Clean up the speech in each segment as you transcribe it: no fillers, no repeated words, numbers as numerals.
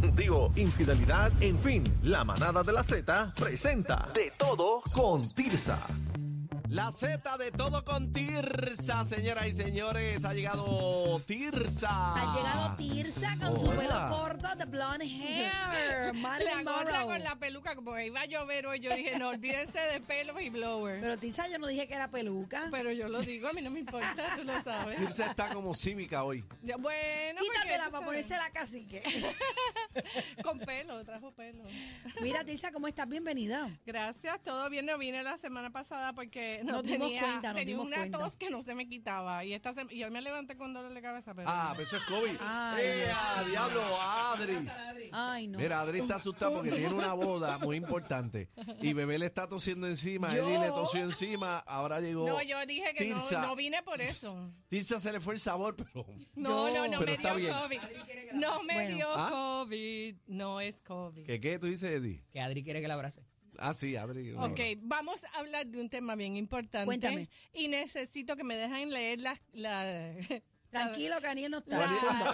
Digo, infidelidad, en fin. La manada de la Z presenta De Todo con Tirsa. La Z de Todo con Tirsa, señoras y señores, ha llegado Tirsa. Ha llegado Tirsa con su pelo corto de blonde hair. La gorra con la peluca, como iba a llover hoy, yo dije, no, olvídense de pelo y blower. Pero Tirsa, yo no dije que era peluca. Pero yo lo digo, a mí no me importa, tú lo sabes. Tirsa está como cívica hoy. Bueno, Quítatela para ponerse la cacique. Con pelo, trajo pelo. Mira, Tirsa, ¿cómo estás? Bienvenida. Gracias, todo bien. No vine la semana pasada porque Nos dimos cuenta, tenía una tos que no se me quitaba. Y hoy me levanté con dolor de cabeza. Pero Pero eso es COVID. Ay, Dios Diablo, Adri. Ay, no. Mira, Adri está asustada porque tiene una boda muy importante. Y Bebé le está tosiendo encima, ¿Yo? Eddie le tosió encima, ahora llegó no, yo dije que no vine por eso. Tirsa se le fue el sabor, pero... No pero me está dio bien. COVID. No me Bueno. dio ¿Ah? COVID. No es COVID. ¿Qué tú dices, Eddie? Que Adri quiere que la abrace. Ah, sí, Adri. Ok, vamos a hablar de un tema bien importante. Cuéntame. Y necesito que me dejen leer Tranquilo, que Aniel no está.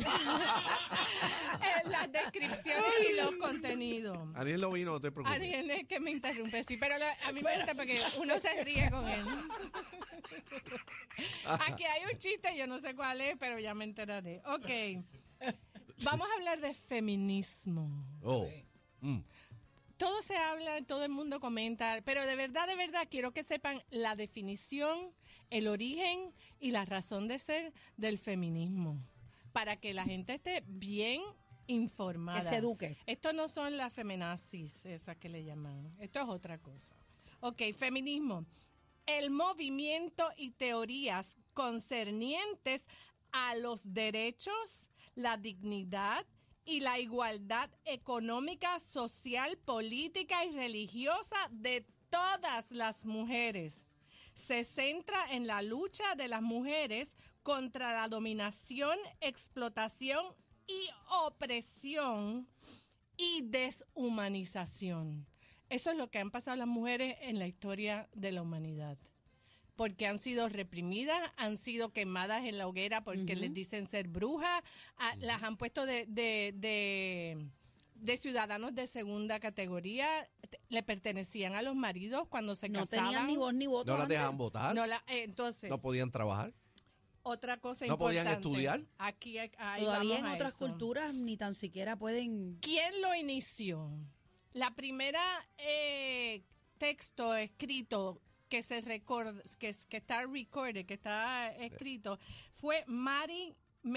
las descripciones y los contenidos. Ariel no vino, no te preocupes. Ariel es que me interrumpe, sí, pero a mí me gusta porque uno se ríe con él. Aquí hay un chiste, yo no sé cuál es, pero ya me enteraré. Ok, vamos a hablar de feminismo. Oh. Todo se habla, todo el mundo comenta, pero de verdad, quiero que sepan la definición, el origen y la razón de ser del feminismo, para que la gente esté bien informada. Que se eduque. Esto no son las feminazis, esas que le llaman. Esto es otra cosa. Ok, feminismo. El movimiento y teorías concernientes a los derechos, la dignidad y la igualdad económica, social, política y religiosa de todas las mujeres. Se centra en la lucha de las mujeres contra la dominación, explotación y opresión y deshumanización. Eso es lo que han pasado las mujeres en la historia de la humanidad. Porque han sido reprimidas, han sido quemadas en la hoguera porque les dicen ser brujas, las han puesto de ciudadanos de segunda categoría, le pertenecían a los maridos cuando se No casaban. tenían ni voz ni voto. ¿No las antes. dejaban votar? Entonces, ¿No podían trabajar? otra cosa ¿No importante. podían estudiar? Aquí, ahí Todavía en vamos a otras eso. culturas ni tan siquiera pueden. ¿Quién lo inició? La primera texto escrito que se recorda, que está recorded, que está escrito, fue Mary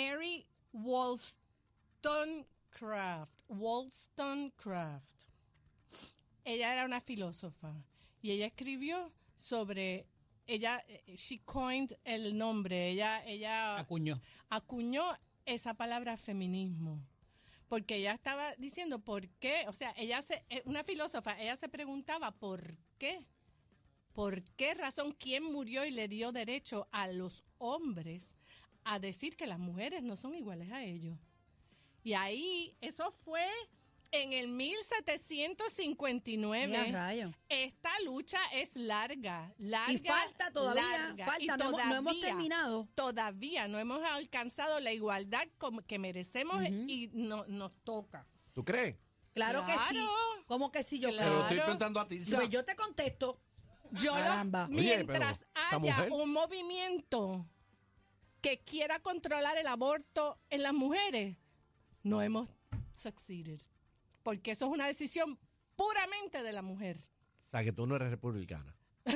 Wollstonecraft. Ella era una filósofa y ella escribió sobre she coined el nombre, ella acuñó esa palabra feminismo. Porque ella estaba diciendo por qué, o sea, una filósofa, ella se preguntaba por qué. ¿Por qué razón? ¿Quién murió y le dio derecho a los hombres a decir que las mujeres no son iguales a ellos? Y ahí, eso fue en el 1759. Mira, rayo. Esta lucha es larga. Y falta todavía, larga, no hemos terminado. Todavía no hemos alcanzado la igualdad que merecemos y nos toca. ¿Tú crees? Claro que sí. ¿Cómo que sí? Yo Claro. Pero estoy preguntando a Tirsa. Pues yo te contesto. Caramba. Oye, Mientras pero esta haya mujer. un movimiento que quiera controlar el aborto en las mujeres, no hemos succeeded. Porque eso es una decisión puramente de la mujer. O sea, que tú no eres republicana.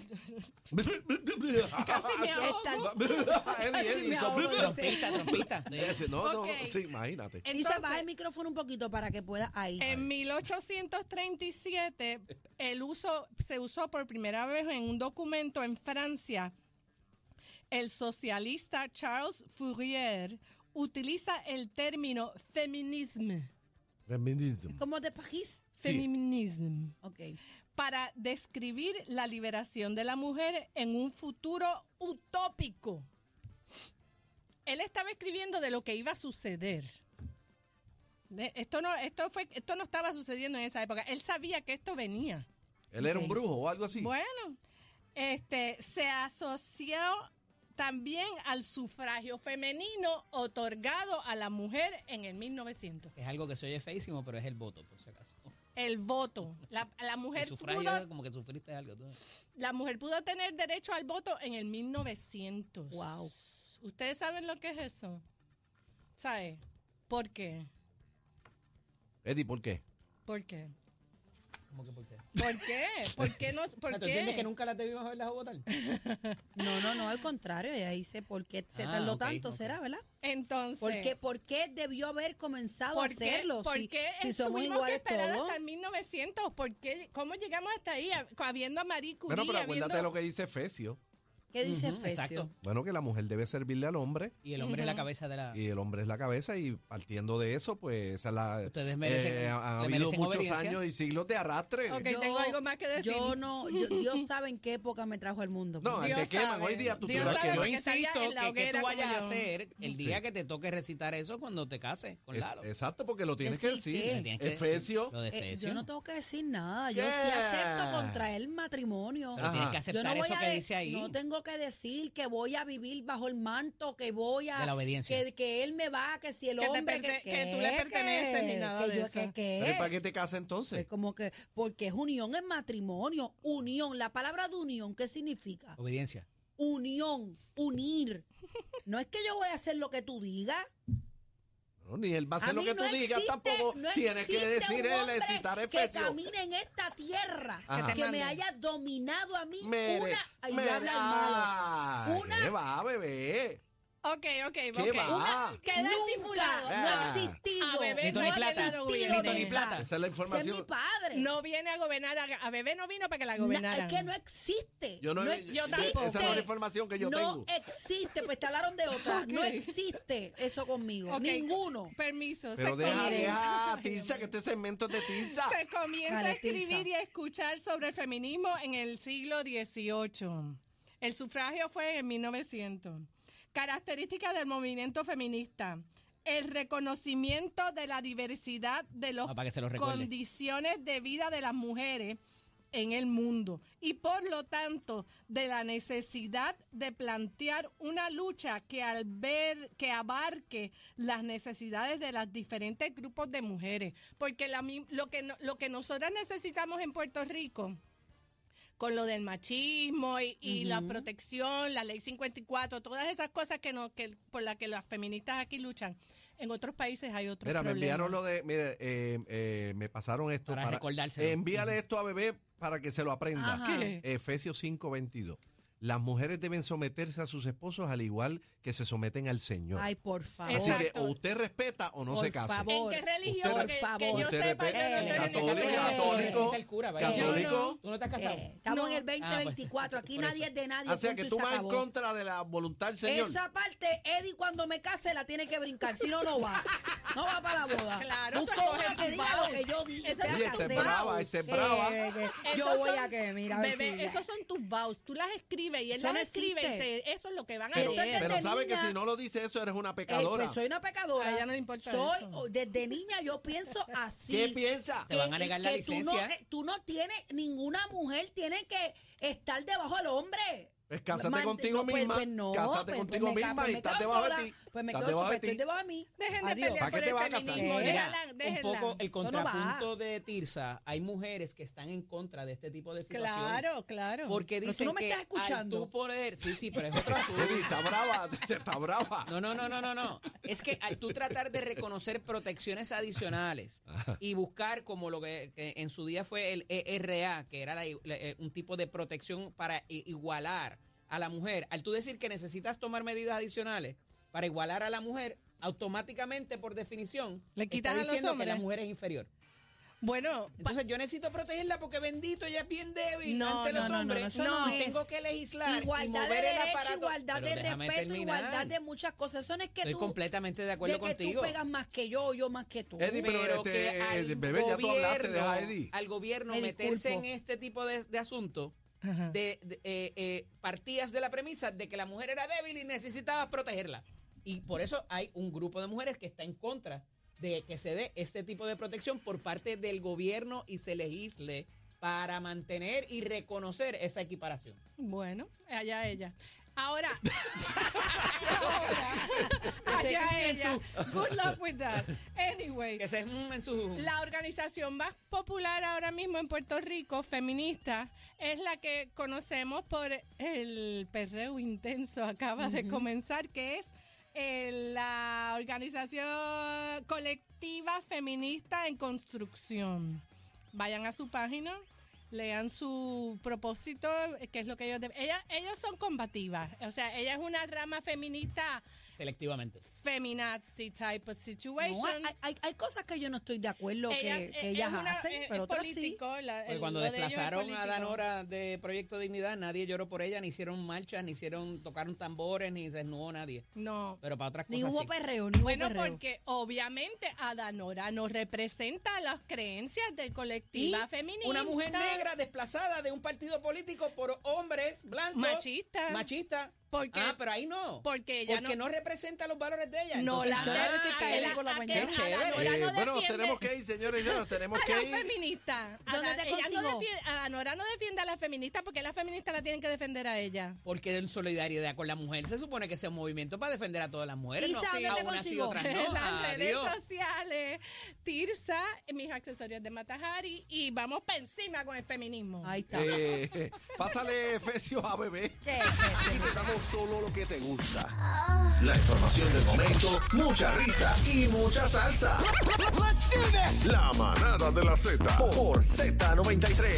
Casi me ahogo. Eddie, me ahogo, Trompita. No, Ok. sí, imagínate. Dice, baja el micrófono un poquito para que pueda ahí. En 1837 se usó por primera vez en un documento en Francia. El socialista Charles Fourier utiliza el término feminisme. Feminismo. ¿Cómo de París? Sí. Feminisme. Ok. Para describir la liberación de la mujer en un futuro utópico. Él estaba escribiendo de lo que iba a suceder. Esto no estaba sucediendo en esa época. Él sabía que esto venía. Él era un brujo o algo así. Bueno, se asoció también al sufragio femenino otorgado a la mujer en el 1900. Es algo que se oye feísimo, pero es el voto, por si acaso. El voto. La El mujer sufragio pudo, como que sufriste algo. ¿Tú? la mujer pudo tener derecho al voto en el 1900. Wow. ¿Ustedes saben lo que es eso? ¿Sabe? ¿Por qué? Eddie, ¿por qué? ¿Por qué? ¿Cómo que por qué? ¿Por qué? ¿Por qué no? ¿Por ¿Tú entiendes que qué? nunca las debimos haberlas a votar? No, al contrario, ella dice por qué se tardó ok, tanto, ok. ¿será, verdad? Entonces, ¿Por qué debió haber comenzado a ¿por qué, hacerlo? por si, qué si somos tuvimos que iguales esperar todos. hasta el 1900? ¿Por qué? ¿Cómo llegamos hasta ahí? Habiendo a Marie Curie, Bueno, pero acuérdate de habiendo- lo que dice Efesio. ¿Qué dice Ujú, Efesio? exacto. Bueno, que la mujer debe servirle al hombre Y el hombre es la cabeza de la... y el hombre es la cabeza y partiendo de eso, pues esa es la... Ustedes merecen- ha le habido merecen muchos obediencia. años y siglos de arrastre. Ok, tengo algo más que decir. Dios sabe en qué época me trajo al mundo. No, Dios te queman. sabe. Hoy día tú Dios tienes sabe que... Yo porque estaría insisto en la que hoguera tú vayas como a yo. hacer el día Sí. que te toque recitar eso cuando te cases con Lalo. Exacto, porque lo tienes que ¿Decir decir. qué? Le tienes que Efesio. decir lo de Efesio. Yo no tengo que decir nada. Yo Yeah. sí acepto contraer el matrimonio. Pero tienes Ajá. que Yo no aceptar voy eso a que de- dice ahí. No tengo que decir que voy a vivir bajo el manto, que voy a... De la obediencia. Que él me va, que si el Que te hombre... que tú le perteneces ni nada que de yo, eso. ¿Pero y para qué te casas entonces? Es como que... Porque es unión en matrimonio. Unión. La palabra de unión, ¿qué significa? Obediencia. Unión. Unir. No es que yo voy a hacer lo que tú digas. No, ni él va a hacer A lo mí que tú no digas existe- tampoco. no Tienes que existe decir un él, hombre citar que Efesio. camine en esta tierra, Ajá. que me haya dominado a mí Mere- una... Ahí mere- habla el Ay, malo. Una... ¿qué va, bebé? Ok. ¿Qué ok. va? Queda Nunca, estipulado. no Ah. ha existido. A bebé Tito no ni ha plata. quedado Tito bien. Tito ni plata. Esa es la Ese es información. mi padre. No viene a gobernar, a bebé no vino para que la gobernaran. Es que no existe. Yo no, no yo existe. tampoco. Esa no es la información que yo no tengo. existe, pues te hablaron de otra. Ok. No existe eso conmigo. Ok, Ninguno. Permiso. Pero se deja, comienza- Tiza, que este segmento es de Tiza. Se comienza a Dale, escribir Tirsa. y a escuchar sobre el feminismo en el siglo XVIII. El sufragio fue en 1900. Características del movimiento feminista. El reconocimiento de la diversidad de las para que se lo recuerde. condiciones de vida de las mujeres en el mundo y por lo tanto de la necesidad de plantear una lucha que que abarque las necesidades de los diferentes grupos de mujeres, porque lo que nosotras necesitamos en Puerto Rico con lo del machismo y la protección, la ley 54, todas esas cosas que por las que las feministas aquí luchan. En otros países hay otros Mira, me problemas. enviaron lo de, mire, me pasaron esto Para recordárselo. envíale esto a bebé para que se lo aprenda. Ajá. ¿Qué? Efesios 5:22. Las mujeres deben someterse a sus esposos al igual que se someten al Señor. Ay, por favor. Así que Exacto. o usted respeta o no Por se casa. favor. ¿En qué religión? Usted- que por que yo favor. Usted sepa, yo no respeta- estoy en esa católico, religión. católico, Está el cura, vaya. católico. ¿Tú no estás casado? Estamos No. en el 2024. Aquí por nadie eso. es de nadie. O sea punto que y tú se vas en acabó. contra de la voluntad del Señor. Esa parte, Eddie, cuando me case, la tiene que brincar. Si no, no va. No va para la boda. Claro, Busca tú una escoges que tus diga lo vows. que yo diga. Eso Usted Oye, ha esta es casado. brava, esta es brava. Yo Esos voy son- a que, mira, a ver Bebé, si... esos son tus vows. Tú las escribes y él Eso las no escribe y existe. eso es lo que van a Pero- leer. Pero Desde sabe que niña- si no lo dice eso, eres una pecadora. Pues soy una pecadora. A ella no le importa Soy, eso. desde niña yo pienso así. ¿Qué piensa? Te van a negar la que licencia. Tú no tienes, ninguna mujer tiene que estar debajo del hombre. Pues cásate Man- contigo no, misma. no, Cásate contigo me ca- misma y me estás quedo debajo de sola. ti. Pues me Estás quedo debajo sola, de estoy ti. debajo de mí. Dejen de Adiós. pelear ¿Para qué por te el vas a casar? feminismo. Eh, Mira, Déjala, un déjenla. poco el Eso no va. contrapunto de Tirsa. Hay mujeres que están en contra de este tipo de situación. Claro, claro. Porque Pero tú dicen no me que estás escuchando. al tú poder... Sí, pero es otro asunto. Eddie, está brava, está brava. No. Es que al tú tratar de reconocer protecciones adicionales y buscar como lo que en su día fue el ERA, que era un tipo de protección para igualar a la mujer, al tú decir que necesitas tomar medidas adicionales para igualar a la mujer, automáticamente, por definición, Le quitas está a los diciendo que la hombres. mujer es inferior. Bueno, Entonces yo necesito protegerla porque bendito, ella es bien débil No, ante los no, hombres. eso no y es. tengo que legislar y Igualdad de mover el derecho, aparato. igualdad Pero de déjame respeto, terminar. igualdad de muchas cosas. Eso no es que Estoy tú, completamente de acuerdo de que contigo. tú pegas más que yo más que tú. Eddie, pero que al bebé, ya tú hablaste, deja a Eddie. al gobierno Me meterse en disculpo. este tipo de asuntos, Ajá. partías de la premisa de que la mujer era débil y necesitabas protegerla. Y por eso hay un grupo de mujeres que está en contra de que se dé este tipo de protección por parte del gobierno y se legisle para mantener y reconocer esa equiparación. bueno, allá ella. Ahora, allá ella. Good luck with that. Anyway. Que se en su... La organización más popular ahora mismo en Puerto Rico, feminista, es la que conocemos por el perreo intenso. Acaba de comenzar, que es la organización colectiva feminista en construcción. Vayan a su página, lean su propósito, que es lo que ellos son combativas. O sea, ella es una rama feminista selectivamente. Feminazi type of situation. No, hay cosas que yo no estoy de acuerdo que ellas hacen, pero otras político, sí. Porque cuando desplazaron a Danora de Proyecto Dignidad, nadie lloró por ella, ni hicieron marchas, ni tocaron tambores, ni se desnudó nadie. No. Pero para otras cosas Ni hubo sí. perreo, ni hubo perreo. Bueno, porque obviamente a Danora no representa las creencias de colectiva feminista. Una mujer negra desplazada de un partido político por hombres blancos. Machista. Pero ahí no. Porque ella no representa los valores de ella. No, entonces, bueno, tenemos que ir, señores, ya nos tenemos que ir. Feminista. ¿Dónde te consigo? Danora no defiende a la feminista porque las feministas la tienen que defender a ella. Porque en solidaridad con la mujer se supone que sea un movimiento para defender a todas las mujeres. Isa, no, ¿dónde te unas y consigo? otras no. En las redes Adiós. sociales, Tirsa, mis accesorios de Matajari, y vamos para encima con el feminismo. Ahí está. Pásale Efesios a bebé. ¿Qué? Aquí te damos solo lo que te gusta. La información del momento, mucha risa y mucha salsa. La manada de la Z por Z93.